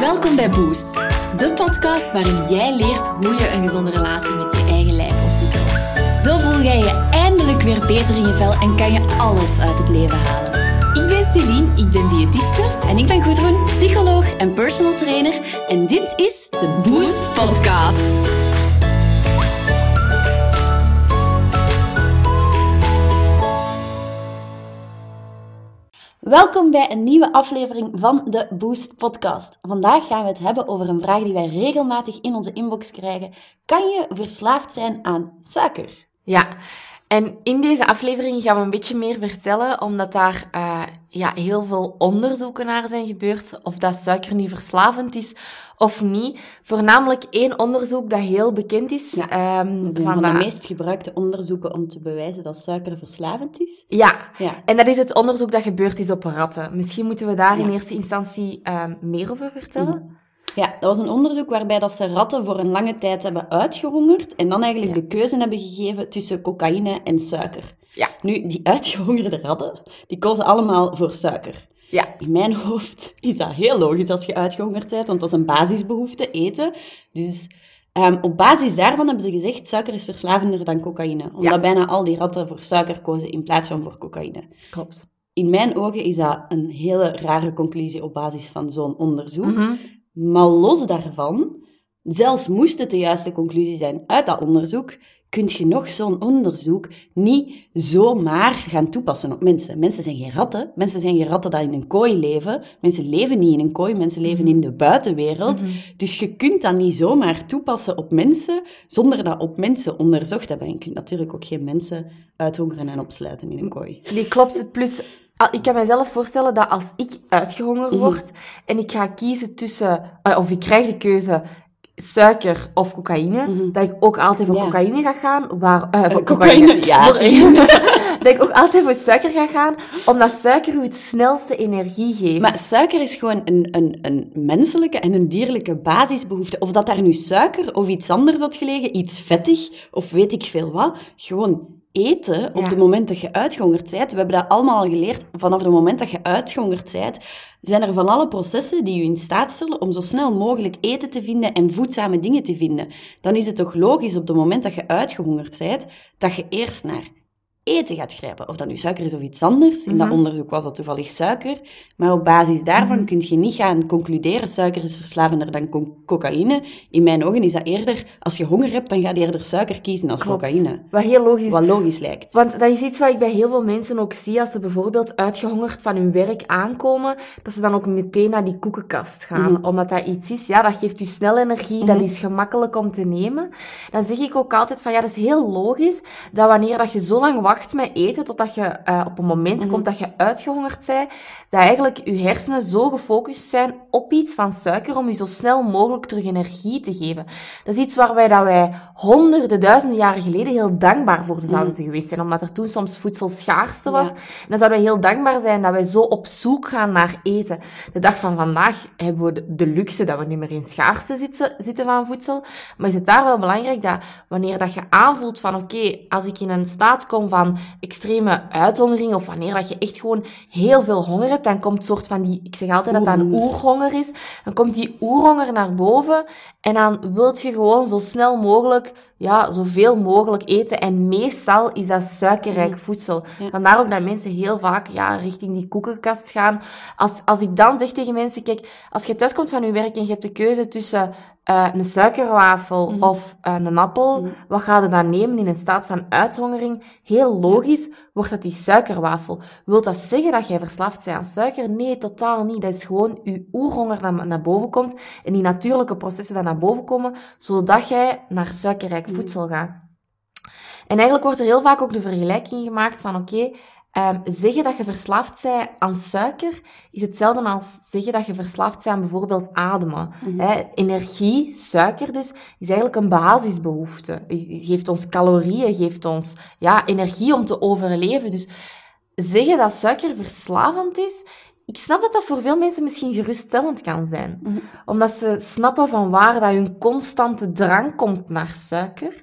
Welkom bij Boost, de podcast waarin jij leert hoe je een gezonde relatie met je eigen lijf ontwikkelt. Zo voel jij je eindelijk weer beter in je vel en kan je alles uit het leven halen. Ik ben Celine, ik ben diëtiste. En ik ben Gudrun, psycholoog en personal trainer. En dit is de Boost Podcast. Welkom bij een nieuwe aflevering van de Boost Podcast. Vandaag gaan we het hebben over een vraag die wij regelmatig in onze inbox krijgen. Kan je verslaafd zijn aan suiker? Ja, en in deze aflevering gaan we een beetje meer vertellen, omdat daar heel veel onderzoeken naar zijn gebeurd, of dat suiker nu verslavend is of niet. Voornamelijk één onderzoek dat heel bekend is. Ja, dat is een van de meest gebruikte onderzoeken om te bewijzen dat suiker verslavend is. Ja, en dat is het onderzoek dat gebeurd is op ratten. Misschien moeten we daar in eerste instantie meer over vertellen. Ja, dat was een onderzoek waarbij dat ze ratten voor een lange tijd hebben uitgehongerd en dan eigenlijk de keuze hebben gegeven tussen cocaïne en suiker. Ja. Nu, die uitgehongerde ratten, die kozen allemaal voor suiker. Ja. In mijn hoofd is dat heel logisch als je uitgehongerd bent, want dat is een basisbehoefte, eten. Dus op basis daarvan hebben ze gezegd, suiker is verslavender dan cocaïne. Omdat bijna al die ratten voor suiker kozen in plaats van voor cocaïne. Klopt. In mijn ogen is dat een hele rare conclusie op basis van zo'n onderzoek. Maar los daarvan, zelfs moest het de juiste conclusie zijn uit dat onderzoek, kun je nog zo'n onderzoek niet zomaar gaan toepassen op mensen. Mensen zijn geen ratten. Mensen zijn geen ratten die in een kooi leven. Mensen leven niet in een kooi. Mensen leven in de buitenwereld. Dus je kunt dat niet zomaar toepassen op mensen zonder dat op mensen onderzocht hebben. En je kunt natuurlijk ook geen mensen uithongeren en opsluiten in een kooi. Die klopt. Plus, ik kan mezelf voorstellen dat als ik uitgehongerd word en ik ga kiezen tussen, of ik krijg de keuze suiker of cocaïne, dat ik ook altijd voor cocaïne ga gaan. Voor cocaïne, dat ik ook altijd voor suiker ga gaan, omdat suiker u het snelste energie geeft. Maar suiker is gewoon een menselijke en een dierlijke basisbehoefte. Of dat daar nu suiker of iets anders had gelegen, iets vettig of weet ik veel wat, gewoon eten op het moment dat je uitgehongerd bent. We hebben dat allemaal al geleerd. Vanaf het moment dat je uitgehongerd bent, zijn er van alle processen die je in staat stellen om zo snel mogelijk eten te vinden en voedzame dingen te vinden. Dan is het toch logisch op het moment dat je uitgehongerd bent, dat je eerst naar eten gaat grijpen. Of dat nu suiker is of iets anders. In dat onderzoek was dat toevallig suiker. Maar op basis daarvan kun je niet gaan concluderen suiker is verslavender dan cocaïne. In mijn ogen is dat eerder, als je honger hebt, dan ga je eerder suiker kiezen als cocaïne. Wat heel logisch is. Wat logisch lijkt. Want dat is iets wat ik bij heel veel mensen ook zie, als ze bijvoorbeeld uitgehongerd van hun werk aankomen, dat ze dan ook meteen naar die koekenkast gaan. Omdat dat iets is, dat geeft je snel energie, dat is gemakkelijk om te nemen. Dan zeg ik ook altijd van, dat is heel logisch, dat wanneer dat je zo lang wacht met eten, totdat je op een moment komt dat je uitgehongerd bent, dat eigenlijk je hersenen zo gefocust zijn op iets van suiker om je zo snel mogelijk terug energie te geven. Dat is iets dat wij honderden, duizenden jaren geleden heel dankbaar voor zouden zijn geweest zijn, omdat er toen soms voedselschaarste was. En dan zouden wij heel dankbaar zijn dat wij zo op zoek gaan naar eten. De dag van vandaag hebben we de luxe dat we niet meer in schaarste zitten van voedsel. Maar is het daar wel belangrijk dat wanneer dat je aanvoelt van oké, als ik in een staat kom van extreme uithongering, of wanneer dat je echt gewoon heel veel honger hebt, dan komt een soort van die, ik zeg altijd dat dat een oerhonger is, dan komt die oerhonger naar boven en dan wilt je gewoon zo snel mogelijk, zoveel mogelijk eten. En meestal is dat suikerrijk voedsel. Vandaar ook dat mensen heel vaak richting die koekenkast gaan. Als ik dan zeg tegen mensen, kijk, als je thuis komt van je werk en je hebt de keuze tussen een suikerwafel of een appel, wat ga je dan nemen in een staat van uithongering? Heel logisch wordt dat die suikerwafel. Wil dat zeggen dat jij verslaafd bent aan suiker? Nee, totaal niet. Dat is gewoon je oerhonger naar boven komt en die natuurlijke processen die naar boven komen, zodat jij naar suikerrijk voedsel gaat. En eigenlijk wordt er heel vaak ook de vergelijking gemaakt van zeggen dat je verslaafd bent aan suiker is hetzelfde als zeggen dat je verslaafd bent aan bijvoorbeeld ademen. Energie, suiker dus, is eigenlijk een basisbehoefte. Het geeft ons calorieën, geeft ons energie om te overleven. Dus zeggen dat suiker verslavend is, ik snap dat dat voor veel mensen misschien geruststellend kan zijn. Omdat ze snappen van waar dat hun constante drang komt naar suiker.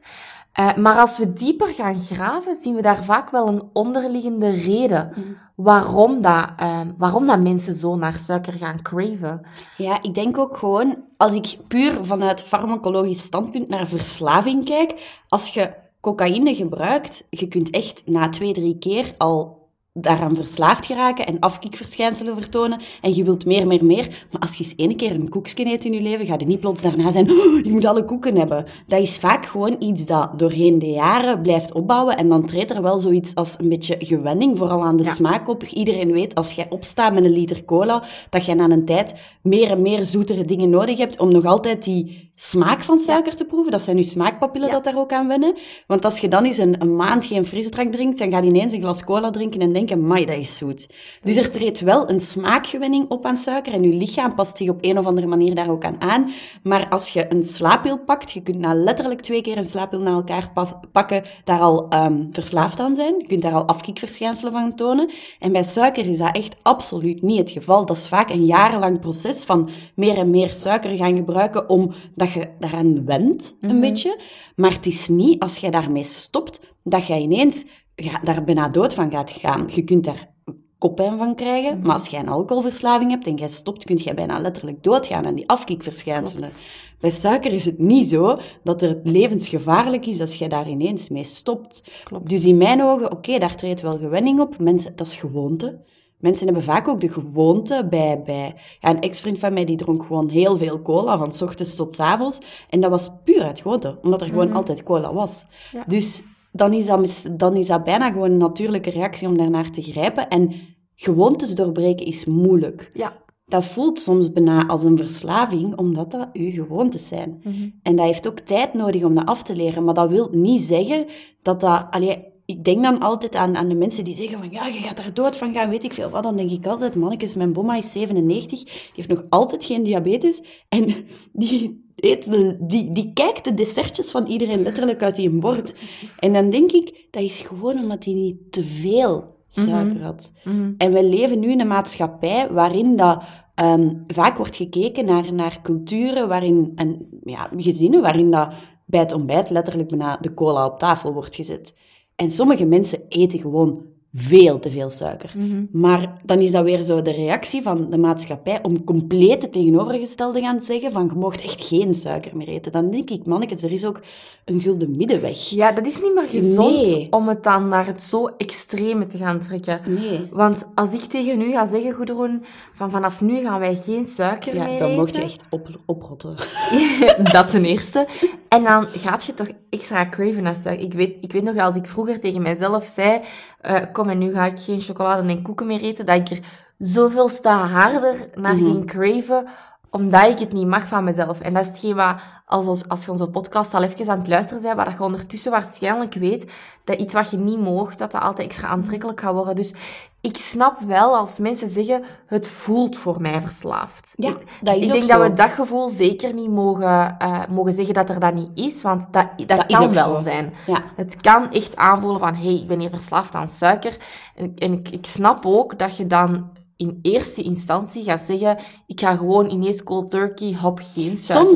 Maar als we dieper gaan graven, zien we daar vaak wel een onderliggende reden waarom dat mensen zo naar suiker gaan craven. Ja, ik denk ook gewoon, als ik puur vanuit farmacologisch standpunt naar verslaving kijk, als je cocaïne gebruikt, je kunt echt na 2-3 keer al daaraan verslaafd geraken en afkikverschijnselen vertonen en je wilt meer. Maar als je eens 1 keer een koekje eet in je leven, ga je niet plots daarna zijn, je moet alle koeken hebben. Dat is vaak gewoon iets dat doorheen de jaren blijft opbouwen en dan treedt er wel zoiets als een beetje gewenning, vooral aan de smaak op. Iedereen weet, als jij opstaat met een liter cola, dat je na een tijd meer en meer zoetere dingen nodig hebt om nog altijd die smaak van suiker te proeven. Dat zijn je smaakpapillen dat daar ook aan wennen. Want als je dan eens een maand geen frisdrank drinkt, dan ga je ineens een glas cola drinken en denken, amai, dat is zoet. Dus er treedt wel een smaakgewenning op aan suiker en je lichaam past zich op een of andere manier daar ook aan. Maar als je een slaappil pakt, je kunt na letterlijk 2 keer een slaappil na elkaar pakken, daar al verslaafd aan zijn. Je kunt daar al afkikverschijnselen van tonen. En bij suiker is dat echt absoluut niet het geval. Dat is vaak een jarenlang proces van meer en meer suiker gaan gebruiken, omdat je daaraan wendt, een beetje. Maar het is niet, als je daarmee stopt, dat je ineens daar bijna dood van gaat gaan. Je kunt daar koppijn van krijgen, maar als jij een alcoholverslaving hebt en jij stopt, kun je bijna letterlijk doodgaan aan die afkikverschijnselen. Klopt. Bij suiker is het niet zo dat het levensgevaarlijk is als jij daar ineens mee stopt. Klopt. Dus in mijn ogen, oké, daar treedt wel gewenning op. Mensen, dat is gewoonte. Mensen hebben vaak ook de gewoonte bij een ex-vriend van mij, die dronk gewoon heel veel cola, van 's ochtends tot 's avonds. En dat was puur uit gewoonte, omdat er gewoon altijd cola was. Ja. Dus dan is dat bijna gewoon een natuurlijke reactie om daarnaar te grijpen. En gewoontes doorbreken is moeilijk. Ja. Dat voelt soms bijna als een verslaving, omdat dat uw gewoontes zijn. En dat heeft ook tijd nodig om dat af te leren. Maar dat wil niet zeggen dat... Ik denk dan altijd aan de mensen die zeggen van, ja, je gaat daar dood van gaan, weet ik veel wat. Dan denk ik altijd, mannetjes, mijn bomma is 97, die heeft nog altijd geen diabetes. En die kijkt de dessertjes van iedereen letterlijk uit die bord. En dan denk ik, dat is gewoon omdat hij niet te veel suiker had. En we leven nu in een maatschappij waarin dat vaak wordt gekeken naar culturen, gezinnen, waarin dat bij het ontbijt letterlijk bijna de cola op tafel wordt gezet. En sommige mensen eten gewoon veel te veel suiker. Maar dan is dat weer zo de reactie van de maatschappij om compleet het tegenovergestelde gaan zeggen van je mag echt geen suiker meer eten. Dan denk ik, mannetjes, er is ook een gulden middenweg. Ja, dat is niet meer gezond om het dan naar het zo extreme te gaan trekken. Nee. Want als ik tegen u ga zeggen, Gudrun, vanaf nu gaan wij geen suiker meer eten. Ja, dan mocht je echt oprotten. Dat ten eerste. En dan gaat je toch extra craven naar suiker. Ik weet nog, als ik vroeger tegen mijzelf zei, kom en nu ga ik geen chocolade en koeken meer eten, dat ik er zoveel harder naar ging craven, omdat ik het niet mag van mezelf. En dat is hetgeen wat, als je onze podcast al even aan het luisteren bent, waar je ondertussen waarschijnlijk weet dat iets wat je niet moogt, dat altijd extra aantrekkelijk gaat worden. Dus ik snap wel als mensen zeggen, het voelt voor mij verslaafd. Ja, dat is ik denk dat we dat gevoel zeker niet mogen zeggen dat er dat niet is, want dat kan wel zijn. Ja. Het kan echt aanvoelen van, hey, ik ben hier verslaafd aan suiker. En ik snap ook dat je dan in eerste instantie gaat zeggen, ik ga gewoon ineens cold turkey, hop, geen suiker.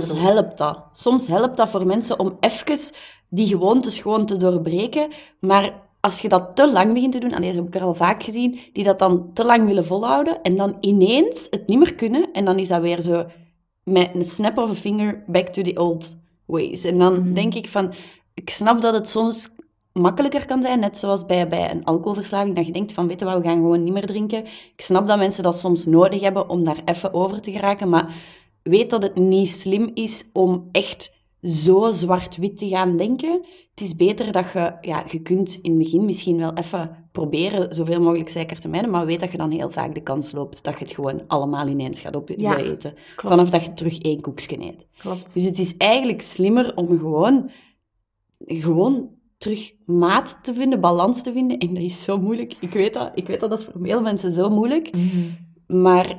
Soms helpt dat voor mensen om even die gewoontes gewoon te doorbreken, maar als je dat te lang begint te doen, dat heb ik er al vaak gezien, die dat dan te lang willen volhouden en dan ineens het niet meer kunnen en dan is dat weer zo met een snap of a finger back to the old ways. En dan denk ik van, ik snap dat het soms makkelijker kan zijn, net zoals bij een alcoholverslaving, dat je denkt van, weet je wat, we gaan gewoon niet meer drinken. Ik snap dat mensen dat soms nodig hebben om daar even over te geraken, maar weet dat het niet slim is om echt zo zwart-wit te gaan denken. Het is beter dat je kunt in het begin misschien wel even proberen zoveel mogelijk suiker te mijden, maar weet dat je dan heel vaak de kans loopt dat je het gewoon allemaal ineens gaat eten. Klopt. Vanaf dat je terug 1 koekje eet. Klopt. Dus het is eigenlijk slimmer om gewoon terug maat te vinden, balans te vinden. En dat is zo moeilijk. Ik weet dat voor veel mensen zo moeilijk. Maar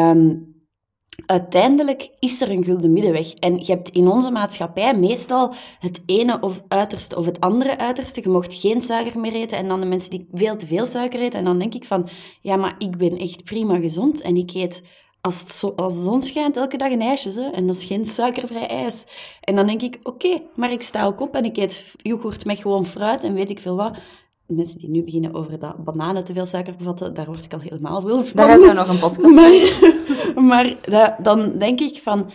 uiteindelijk is er een gulden middenweg. En je hebt in onze maatschappij meestal het ene of uiterste of het andere uiterste. Je mocht geen suiker meer eten en dan de mensen die veel te veel suiker eten. En dan denk ik van, ja, maar ik ben echt prima gezond en ik eet als de zon schijnt, elke dag een ijsje, hè, en dat is geen suikervrij ijs. En dan denk ik, oké, maar ik sta ook op en ik eet yoghurt met gewoon fruit en weet ik veel wat. Mensen die nu beginnen over dat bananen te veel suiker bevatten, daar word ik al helemaal wild van. Daar hebben we nog een podcast Maar dan denk ik van...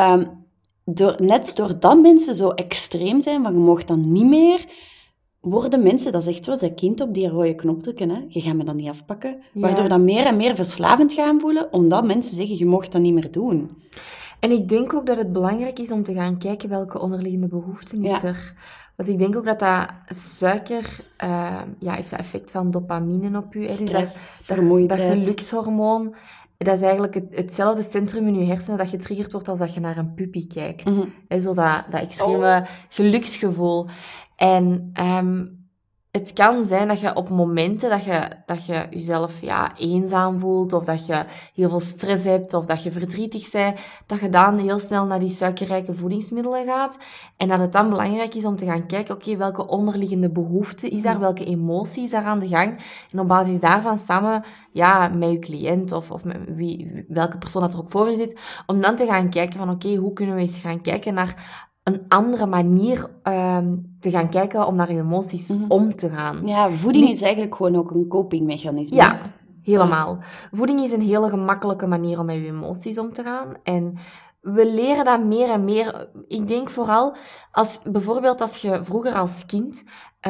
doordat mensen zo extreem zijn, van je mag dan niet meer, worden mensen, dat is echt zoals dat kind op die rode knop drukken, hè. Je gaat me dat niet afpakken. Ja. Waardoor dat meer en meer verslavend gaan voelen, omdat mensen zeggen, je mag dat niet meer doen. En ik denk ook dat het belangrijk is om te gaan kijken welke onderliggende behoeften is er. Want ik denk ook dat suiker heeft dat effect van dopamine op je. Stress, dus vermoeidheid. Dat gelukshormoon, dat is eigenlijk hetzelfde centrum in je hersenen dat getriggerd wordt als dat je naar een puppy kijkt. Zo dat extreme geluksgevoel. En het kan zijn dat je op momenten dat je jezelf eenzaam voelt, of dat je heel veel stress hebt, of dat je verdrietig bent, dat je dan heel snel naar die suikerrijke voedingsmiddelen gaat. En dat het dan belangrijk is om te gaan kijken, oké, welke onderliggende behoefte is daar, welke emotie is daar aan de gang. En op basis daarvan samen met je cliënt of met welke persoon dat er ook voor je zit, om dan te gaan kijken van oké, hoe kunnen we eens gaan kijken naar een andere manier te gaan kijken om naar je emoties om te gaan. Ja, voeding is eigenlijk gewoon ook een copingmechanisme. Ja, helemaal. Voeding is een hele gemakkelijke manier om met je emoties om te gaan. En we leren dat meer en meer. Ik denk vooral, als je vroeger als kind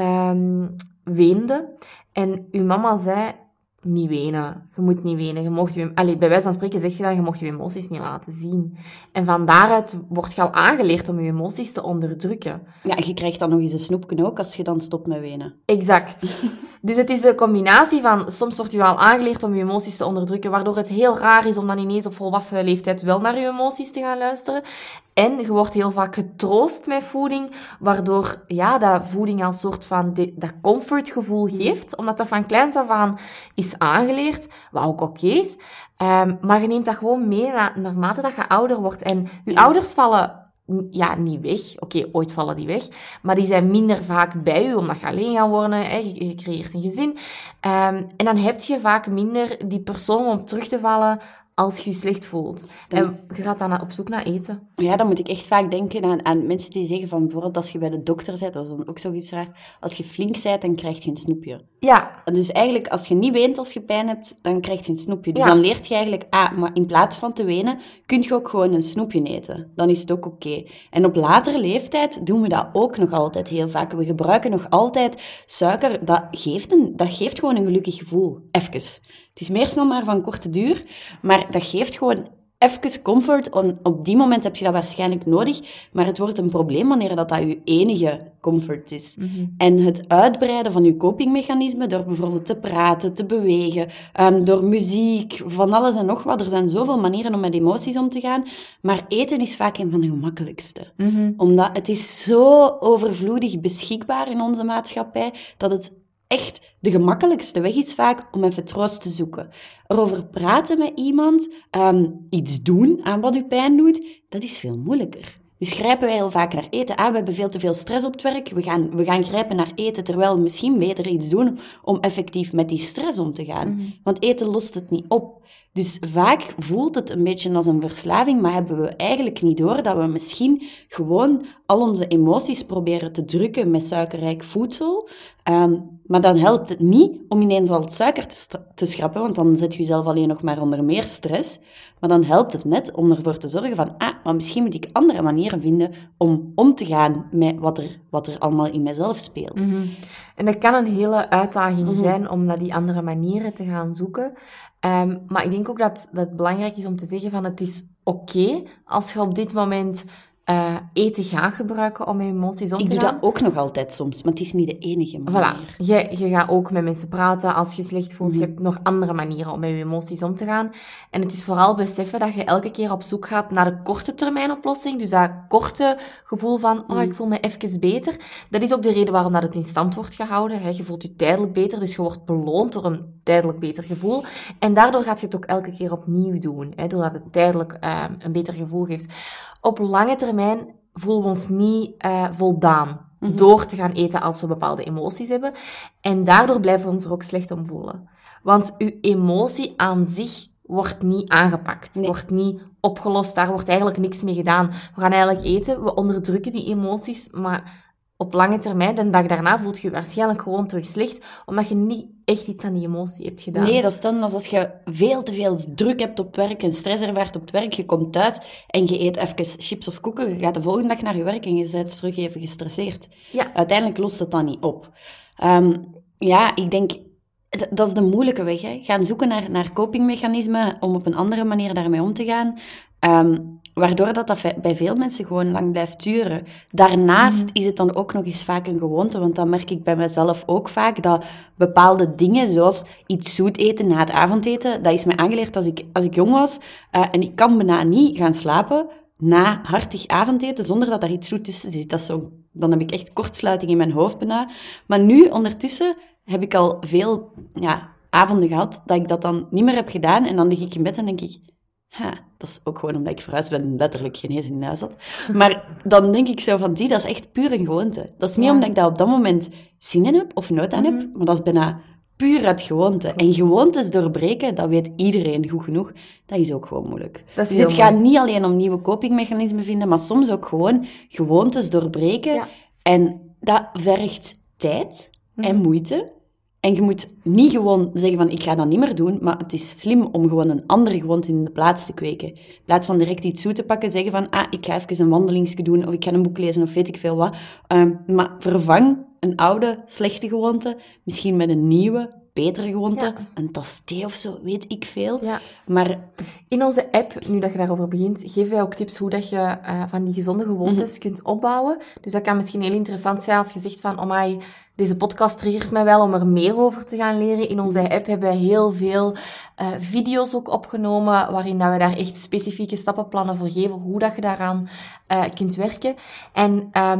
weende en je mama zei... Niet wenen. Je moet niet wenen. Bij wijze van spreken zeg je dan, je mag je emoties niet laten zien. En van daaruit word je al aangeleerd om je emoties te onderdrukken. Ja, en je krijgt dan nog eens een snoepje ook als je dan stopt met wenen. Exact. Dus het is de combinatie van, soms wordt je al aangeleerd om je emoties te onderdrukken, waardoor het heel raar is om dan ineens op volwassen leeftijd wel naar je emoties te gaan luisteren. En je wordt heel vaak getroost met voeding, waardoor dat voeding als soort van dat comfortgevoel geeft, omdat dat van kleins af aan is aangeleerd, wat ook oké is. Maar je neemt dat gewoon mee naarmate dat je ouder wordt. En je ouders vallen niet weg. Oké, ooit vallen die weg. Maar die zijn minder vaak bij u, omdat je alleen gaat worden. Je creëert een gezin. En dan heb je vaak minder die persoon om terug te vallen als je je slecht voelt. En je gaat dan op zoek naar eten. Ja, dan moet ik echt vaak denken aan mensen die zeggen van bijvoorbeeld als je bij de dokter bent, dat is dan ook zoiets raar, als je flink bent, dan krijg je een snoepje. Ja. Dus eigenlijk, als je niet weent als je pijn hebt, dan krijg je een snoepje. Dus Ja. dan leert je eigenlijk, maar in plaats van te wenen, kun je ook gewoon een snoepje eten. Dan is het ook oké. En op latere leeftijd doen we dat ook nog altijd heel vaak. We gebruiken nog altijd suiker. Dat geeft gewoon een gelukkig gevoel. Even. Het is meer snel maar van korte duur, maar dat geeft gewoon even comfort. Op die moment heb je dat waarschijnlijk nodig, maar het wordt een probleem wanneer dat je enige comfort is. En het uitbreiden van je copingmechanisme door bijvoorbeeld te praten, te bewegen, door muziek, van alles en nog wat. Er zijn zoveel manieren om met emoties om te gaan, maar eten is vaak een van de gemakkelijkste. Omdat het is zo overvloedig beschikbaar in onze maatschappij, dat het echt de gemakkelijkste weg is vaak om even troost te zoeken. Erover praten met iemand, iets doen aan wat u pijn doet, dat is veel moeilijker. Dus grijpen wij heel vaak naar eten. We hebben veel te veel stress op het werk. We gaan grijpen naar eten, terwijl we misschien beter iets doen om effectief met die stress om te gaan. Want eten lost het niet op. Dus vaak voelt het een beetje als een verslaving, maar hebben we eigenlijk niet door dat we misschien gewoon al onze emoties proberen te drukken met suikerrijk voedsel. Maar dan helpt het niet om ineens al het suiker te schrappen, want dan zet je jezelf alleen nog maar onder meer stress. Maar dan helpt het net om ervoor te zorgen van, maar misschien moet ik andere manieren vinden om te gaan met wat er allemaal in mijzelf speelt. En dat kan een hele uitdaging zijn om naar die andere manieren te gaan zoeken. Maar ik denk ook dat het belangrijk is om te zeggen van het is oké als je op dit moment eten gaat gebruiken om je emoties om te gaan. Ik doe dat ook nog altijd soms, maar het is niet de enige manier. Voilà. Je gaat ook met mensen praten als je slecht voelt. Je hebt nog andere manieren om met je emoties om te gaan. En het is vooral beseffen dat je elke keer op zoek gaat naar de korte termijn oplossing. Dus dat korte gevoel van, ik voel me even beter. Dat is ook de reden waarom dat het in stand wordt gehouden. Je voelt je tijdelijk beter, dus je wordt beloond door een tijdelijk beter gevoel. En daardoor gaat je het ook elke keer opnieuw doen. Doordat het tijdelijk een beter gevoel geeft. Op lange termijn voelen we ons niet voldaan door te gaan eten als we bepaalde emoties hebben. En daardoor blijven we ons er ook slecht om voelen. Want uw emotie aan zich wordt niet aangepakt. Nee. Wordt niet opgelost. Daar wordt eigenlijk niks mee gedaan. We gaan eigenlijk eten, we onderdrukken die emoties, maar op lange termijn, de dag daarna, voelt je je waarschijnlijk gewoon terug slecht, omdat je niet echt iets aan die emotie hebt gedaan. Nee, dat is dan als je veel te veel druk hebt op werk en stress ervaart op het werk, je komt thuis en je eet even chips of koeken, je gaat de volgende dag naar je werk en je bent terug even gestresseerd. Ja. Uiteindelijk lost het dan niet op. Ik denk, dat is de moeilijke weg. Hè. Gaan zoeken naar copingmechanismen om op een andere manier daarmee om te gaan. Waardoor dat bij veel mensen gewoon lang blijft duren. Daarnaast is het dan ook nog eens vaak een gewoonte, want dat merk ik bij mezelf ook vaak, dat bepaalde dingen, zoals iets zoet eten na het avondeten, dat is mij aangeleerd als ik jong was, en ik kan bijna niet gaan slapen na hartig avondeten, zonder dat daar iets zoet tussen zit. Dat is zo, dan heb ik echt kortsluiting in mijn hoofd bijna. Maar nu, ondertussen, heb ik al veel avonden gehad dat ik dat dan niet meer heb gedaan, en dan lig ik in bed en denk ik, dat is ook gewoon omdat ik verhuisd ben en letterlijk geen eten in huis had. Maar dan denk ik zo van, dat is echt puur een gewoonte. Dat is niet omdat ik dat op dat moment zin in heb of nood aan heb, maar dat is bijna puur uit gewoonte. En gewoontes doorbreken, dat weet iedereen goed genoeg, dat is ook gewoon moeilijk. Dus het gaat niet alleen om nieuwe copingmechanismen vinden, maar soms ook gewoon gewoontes doorbreken. Ja. En dat vergt tijd en moeite. En je moet niet gewoon zeggen van, ik ga dat niet meer doen, maar het is slim om gewoon een andere gewoonte in de plaats te kweken. In plaats van direct iets zoet te pakken, zeggen van, ik ga even een wandelingsje doen, of ik ga een boek lezen, of weet ik veel wat. Maar vervang een oude, slechte gewoonte, misschien met een nieuwe, betere gewoonte. Een tas thee of zo, weet ik veel. Ja. Maar in onze app, nu dat je daarover begint, geven wij ook tips hoe dat je van die gezonde gewoontes kunt opbouwen. Dus dat kan misschien heel interessant zijn als je zegt van, amai, deze podcast triggert mij wel om er meer over te gaan leren. In onze app hebben wij heel veel video's ook opgenomen, waarin dat we daar echt specifieke stappenplannen voor geven, hoe dat je daaraan kunt werken. En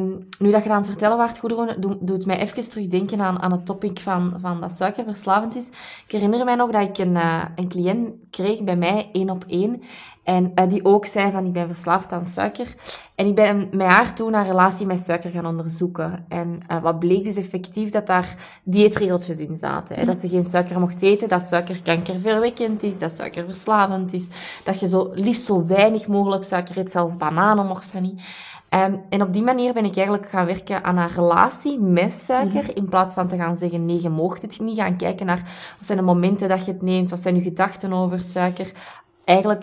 nu dat je aan het vertellen waart, Gudrun, doet mij even terugdenken aan het topic van dat suikerverslavend is. Ik herinner mij nog dat ik een cliënt kreeg bij mij 1-op-1. En die ook zei van, ik ben verslaafd aan suiker. En ik ben met haar toen haar relatie met suiker gaan onderzoeken. En wat bleek dus effectief, dat daar dieetregeltjes in zaten. Hè? Dat ze geen suiker mocht eten, dat suiker kankerverwekkend is, dat suiker verslavend is. Dat je liefst zo weinig mogelijk suiker eet, zelfs bananen mocht dat niet. En op die manier ben ik eigenlijk gaan werken aan haar relatie met suiker. In plaats van te gaan zeggen, nee, je moogt het niet. Gaan kijken naar, wat zijn de momenten dat je het neemt, wat zijn je gedachten over suiker. Eigenlijk,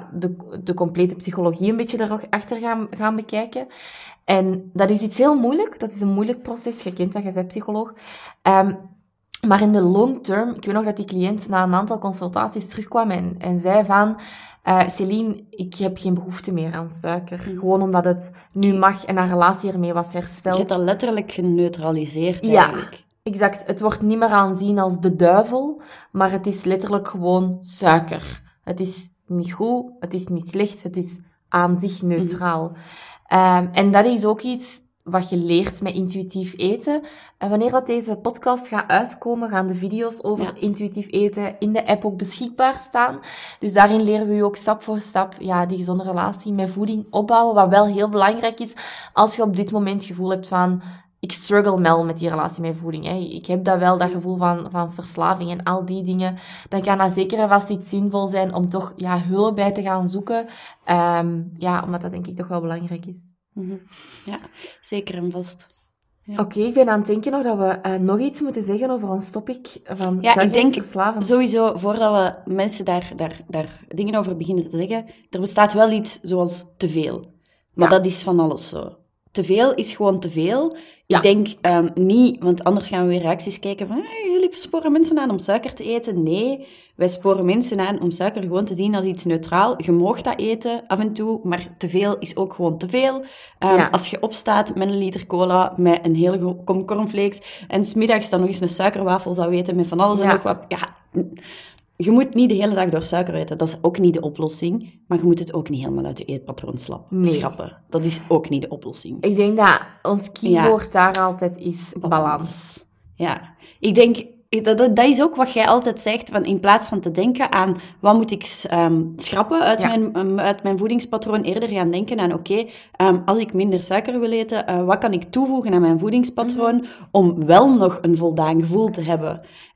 de complete psychologie een beetje erachter gaan bekijken. En dat is iets heel moeilijk. Dat is een moeilijk proces. Je kent dat, je bent psycholoog. Maar in de long term, ik weet nog dat die cliënt na een aantal consultaties terugkwam en zei van, Céline, ik heb geen behoefte meer aan suiker. Gewoon omdat het nu mag en haar relatie ermee was hersteld. Je hebt dat letterlijk geneutraliseerd eigenlijk. Ja, exact. Het wordt niet meer aanzien als de duivel, maar het is letterlijk gewoon suiker. Het is niet goed, het is niet slecht, het is aan zich neutraal. En dat is ook iets wat je leert met intuïtief eten. Wanneer dat deze podcast gaat uitkomen, gaan de video's over intuïtief eten in de app ook beschikbaar staan. Dus daarin leren we je ook stap voor stap die gezonde relatie met voeding opbouwen. Wat wel heel belangrijk is, als je op dit moment het gevoel hebt van, ik struggle wel met die relatie met voeding. Hè. Ik heb dat wel, dat gevoel van verslaving en al die dingen. Dan kan dat zeker en vast iets zinvol zijn om toch hulp bij te gaan zoeken. Omdat dat denk ik toch wel belangrijk is. Ja, zeker en vast. Ja. Oké, ik ben aan het denken nog dat we nog iets moeten zeggen over ons topic van suikerverslavend. Sowieso, voordat we mensen daar dingen over beginnen te zeggen, er bestaat wel iets zoals te veel. Maar dat is van alles zo. Te veel is gewoon te veel. Ja. Ik denk niet, want anders gaan we weer reacties kijken van, jullie sporen mensen aan om suiker te eten. Nee, wij sporen mensen aan om suiker gewoon te zien als iets neutraal. Je mag dat eten af en toe, maar te veel is ook gewoon te veel. Als je opstaat met een liter cola, met een hele kom cornflakes, en 's middags dan nog eens een suikerwafel zou eten met van alles en nog wat. Ja, je moet niet de hele dag door suiker eten. Dat is ook niet de oplossing. Maar je moet het ook niet helemaal uit je eetpatroon schrappen. Dat is ook niet de oplossing. Ik denk dat ons keywoord daar altijd is balans. Ja. Ik denk, dat is ook wat jij altijd zegt. Van in plaats van te denken aan, wat moet ik schrappen uit mijn voedingspatroon, eerder gaan denken aan, oké, als ik minder suiker wil eten, wat kan ik toevoegen aan mijn voedingspatroon om wel nog een voldaan gevoel te hebben?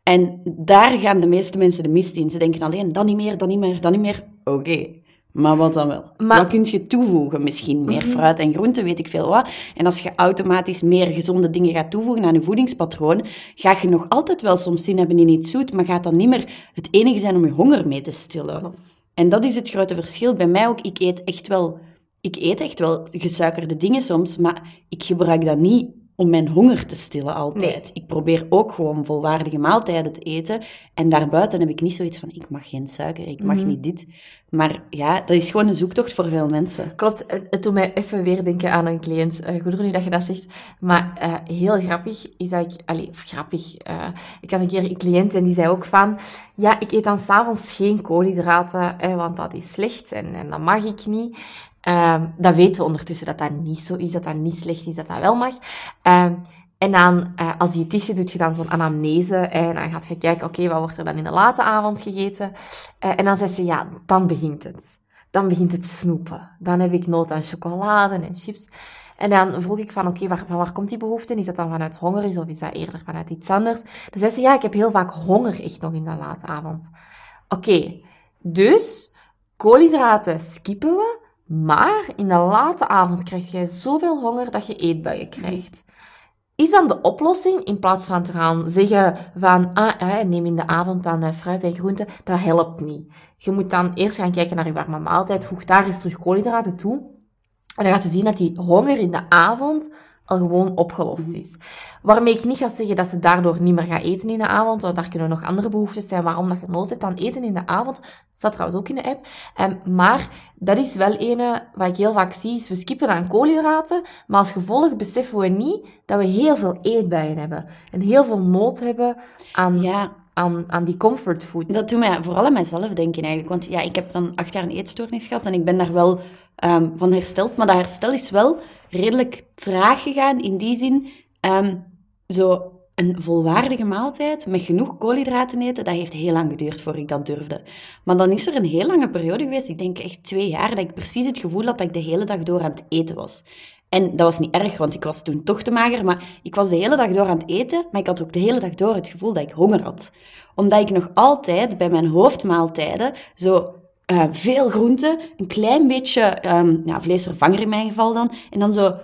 En daar gaan de meeste mensen de mist in. Ze denken alleen, dat niet meer, dat niet meer, dat niet meer. Oké, maar wat dan wel? Wat kun je toevoegen? Misschien meer fruit en groenten, weet ik veel wat. En als je automatisch meer gezonde dingen gaat toevoegen aan je voedingspatroon, ga je nog altijd wel soms zin hebben in iets zoet, maar gaat dat niet meer het enige zijn om je honger mee te stillen. Klopt. En dat is het grote verschil. Bij mij ook, ik eet echt wel gesuikerde dingen soms, maar ik gebruik dat niet om mijn honger te stillen altijd. Nee. Ik probeer ook gewoon volwaardige maaltijden te eten. En daarbuiten heb ik niet zoiets van, ik mag geen suiker, ik mag niet dit. Maar ja, dat is gewoon een zoektocht voor veel mensen. Klopt, het doet mij even weer denken aan een cliënt. Goed nu dat je dat zegt. Maar heel grappig is dat ik... ik had een keer een cliënt en die zei ook van... Ja, ik eet dan 's avonds geen koolhydraten, want dat is slecht en dat mag ik niet. Dat weten we ondertussen dat dat niet zo is, dat dat niet slecht is, dat dat wel mag. En dan, als diëtiste doe je dan zo'n anamnese. En dan gaat je kijken, oké, wat wordt er dan in de late avond gegeten? En dan zegt ze, ja, dan begint het. Dan begint het snoepen. Dan heb ik nood aan chocolade en chips. En dan vroeg ik van, oké, van waar komt die behoefte? Is dat dan vanuit honger of is dat eerder vanuit iets anders? Dan zei ze, ja, ik heb heel vaak honger echt nog in de late avond. Oké, dus koolhydraten skippen we. Maar in de late avond krijg jij zoveel honger dat je eetbuien krijgt. Is dan de oplossing, in plaats van te gaan zeggen van, neem in de avond dan fruit en groenten, dat helpt niet. Je moet dan eerst gaan kijken naar je warme maaltijd, voeg daar eens terug koolhydraten toe. En dan gaat je zien dat die honger in de avond al gewoon opgelost is. Waarmee ik niet ga zeggen dat ze daardoor niet meer gaat eten in de avond, want daar kunnen nog andere behoeftes zijn waarom dat je nood hebt aan eten in de avond. Dat staat trouwens ook in de app. Maar dat is wel ene wat ik heel vaak zie, is we skippen aan koolhydraten, maar als gevolg beseffen we niet dat we heel veel eetbuien hebben. En heel veel nood hebben aan die comfortfood. Dat doet mij vooral aan mijzelf denken eigenlijk. Want ja, ik heb dan 8 jaar een eetstoornis gehad en ik ben daar wel van hersteld. Maar dat herstel is wel redelijk traag gegaan in die zin. Zo een volwaardige maaltijd met genoeg koolhydraten eten, dat heeft heel lang geduurd voor ik dat durfde. Maar dan is er een heel lange periode geweest, ik denk echt 2 jaar, dat ik precies het gevoel had dat ik de hele dag door aan het eten was. En dat was niet erg, want ik was toen toch te mager, maar ik was de hele dag door aan het eten, maar ik had ook de hele dag door het gevoel dat ik honger had. Omdat ik nog altijd bij mijn hoofdmaaltijden zo veel groenten, een klein beetje vleesvervanger in mijn geval dan, en dan zo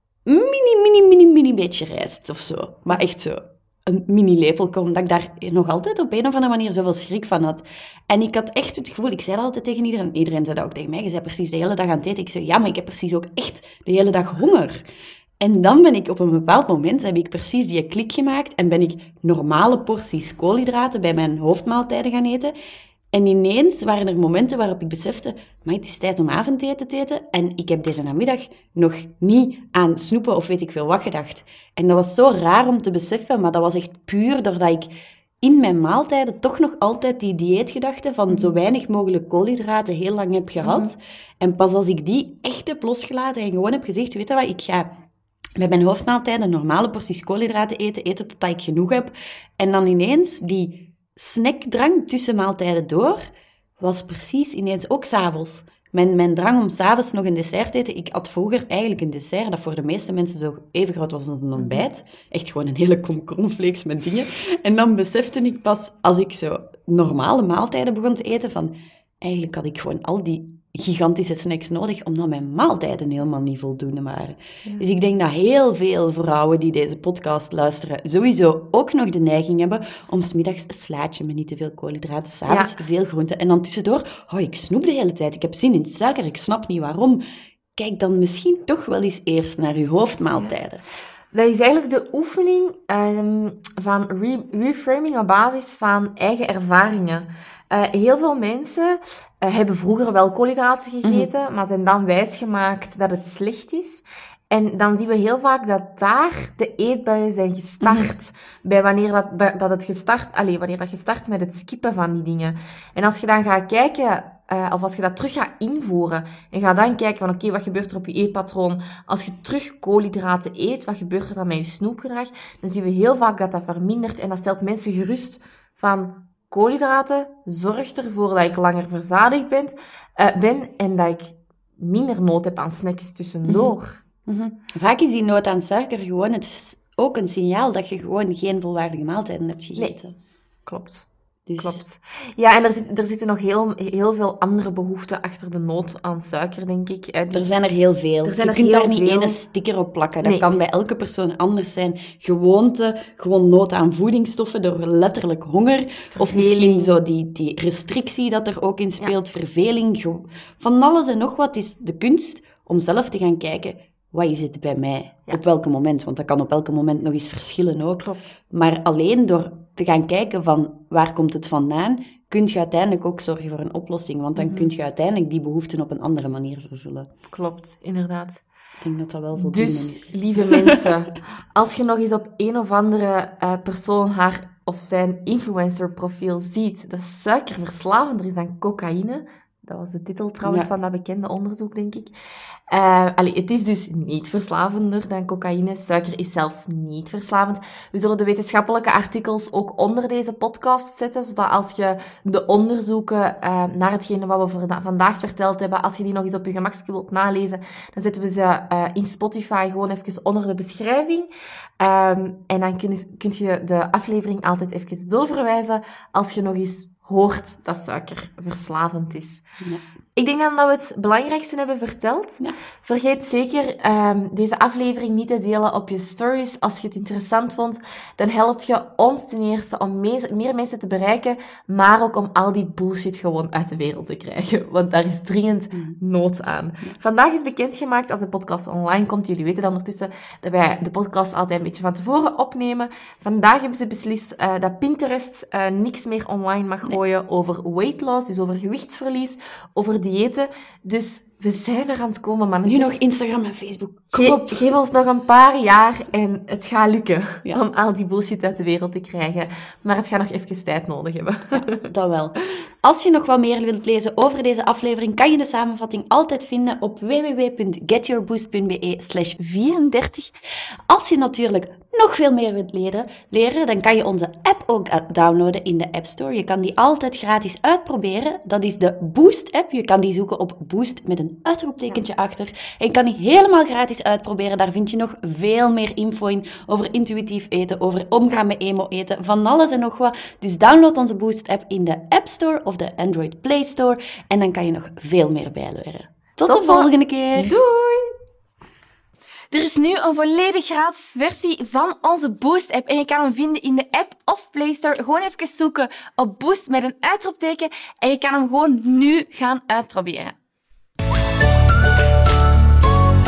mini beetje rijst of zo. Maar echt zo een mini-lepelke, omdat ik daar nog altijd op een of andere manier zoveel schrik van had. En ik had echt het gevoel, ik zei dat altijd tegen iedereen, iedereen zei dat ook tegen mij, je bent precies de hele dag aan het eten. Ik zei, ja, maar ik heb precies ook echt de hele dag honger. En dan ben ik op een bepaald moment, heb ik precies die klik gemaakt en ben ik normale porties koolhydraten bij mijn hoofdmaaltijden gaan eten. En ineens waren er momenten waarop ik besefte, maar het is tijd om avondeten te eten. En ik heb deze namiddag nog niet aan snoepen of weet ik veel wat gedacht. En dat was zo raar om te beseffen, maar dat was echt puur doordat ik in mijn maaltijden toch nog altijd die dieetgedachte van zo weinig mogelijk koolhydraten heel lang heb gehad. En pas als ik die echt heb losgelaten en gewoon heb gezegd, weet je wat, ik ga bij mijn hoofdmaaltijden normale porties koolhydraten eten totdat ik genoeg heb. En dan ineens die snackdrang tussen maaltijden door was precies ineens ook 's avonds. Mijn drang om 's avonds nog een dessert te eten. Ik had vroeger eigenlijk een dessert dat voor de meeste mensen zo even groot was als een ontbijt. Echt gewoon een hele kom cornflakes met dingen. En dan besefte ik pas, als ik zo normale maaltijden begon te eten, van eigenlijk had ik gewoon al die gigantische snacks nodig, omdat mijn maaltijden helemaal niet voldoende waren. Ja. Dus ik denk dat heel veel vrouwen die deze podcast luisteren sowieso ook nog de neiging hebben om 's middags een slaatje met niet te veel koolhydraten, 's avonds veel groenten en dan tussendoor, ik snoep de hele tijd, ik heb zin in suiker, ik snap niet waarom. Kijk dan misschien toch wel eens eerst naar je hoofdmaaltijden. Ja. Dat is eigenlijk de oefening van reframing op basis van eigen ervaringen. Heel veel mensen hebben vroeger wel koolhydraten gegeten, maar zijn dan wijsgemaakt dat het slecht is. En dan zien we heel vaak dat daar de eetbuien zijn gestart. Bij wanneer dat je start met het skippen van die dingen. En als je dan gaat kijken, of als je dat terug gaat invoeren, en ga dan kijken van oké, wat gebeurt er op je eetpatroon? Als je terug koolhydraten eet, wat gebeurt er dan met je snoepgedrag? Dan zien we heel vaak dat dat vermindert en dat stelt mensen gerust van koolhydraten zorgt ervoor dat ik langer verzadigd ben en dat ik minder nood heb aan snacks tussendoor. Vaak is die nood aan suiker gewoon ook een signaal dat je gewoon geen volwaardige maaltijden hebt gegeten. Nee. Klopt. Dus... Klopt. Ja, en er zitten nog heel veel andere behoeften achter de nood aan suiker, denk ik. Er zijn er heel veel. Je kunt daar niet ene sticker op plakken. Dat kan bij elke persoon anders zijn. Gewoonte, gewoon nood aan voedingsstoffen door letterlijk honger. Verveling. Of misschien zo die restrictie dat er ook in speelt. Ja. Verveling. Van alles en nog wat is de kunst om zelf te gaan kijken... Wat is het bij mij? Ja. Op welk moment? Want dat kan op elk moment nog eens verschillen ook. Klopt. Maar alleen door te gaan kijken van waar komt het vandaan, kun je uiteindelijk ook zorgen voor een oplossing. Want dan kun je uiteindelijk die behoeften op een andere manier vervullen. Klopt, inderdaad. Ik denk dat dat wel voldoende is. Dus, lieve mensen, als je nog eens op een of andere persoon haar of zijn influencerprofiel ziet dat suikerverslavender is dan cocaïne... Dat was de titel trouwens van dat bekende onderzoek, denk ik. Het is dus niet verslavender dan cocaïne. Suiker is zelfs niet verslavend. We zullen de wetenschappelijke artikels ook onder deze podcast zetten, zodat als je de onderzoeken naar hetgene wat we vandaag verteld hebben, als je die nog eens op je gemakje wilt nalezen, dan zetten we ze in Spotify gewoon even onder de beschrijving. En dan kun je de aflevering altijd even doorverwijzen als je nog eens hoort dat suiker verslavend is. Ja. Ik denk dan dat we het belangrijkste hebben verteld. Ja. Vergeet zeker deze aflevering niet te delen op je stories. Als je het interessant vond, dan helpt je ons ten eerste om meer mensen te bereiken, maar ook om al die bullshit gewoon uit de wereld te krijgen. Want daar is dringend nood aan. Ja. Vandaag is bekendgemaakt, als de podcast online komt, jullie weten dan ondertussen dat wij de podcast altijd een beetje van tevoren opnemen. Vandaag hebben ze beslist dat Pinterest niks meer online mag gooien over weight loss, dus over gewichtsverlies, over diëten. Dus we zijn er aan het komen, man. Nu nog Instagram en Facebook. Geef ons nog een paar jaar en het gaat lukken om al die bullshit uit de wereld te krijgen. Maar het gaat nog even tijd nodig hebben. Ja, dat wel. Als je nog wat meer wilt lezen over deze aflevering, kan je de samenvatting altijd vinden op www.getyourboost.be/34. Als je natuurlijk nog veel meer wilt leren, dan kan je onze app ook downloaden in de App Store. Je kan die altijd gratis uitproberen. Dat is de Boost-app. Je kan die zoeken op Boost met een uitroeptekentje achter. En je kan die helemaal gratis uitproberen. Daar vind je nog veel meer info in over intuïtief eten, over omgaan met emo-eten, van alles en nog wat. Dus download onze Boost-app in de App Store of de Android Play Store. En dan kan je nog veel meer bijleren. Tot de volgende keer. Doei! Er is nu een volledig gratis versie van onze Boost-app en je kan hem vinden in de app of Play Store. Gewoon even zoeken op Boost met een uitroepteken en je kan hem gewoon nu gaan uitproberen.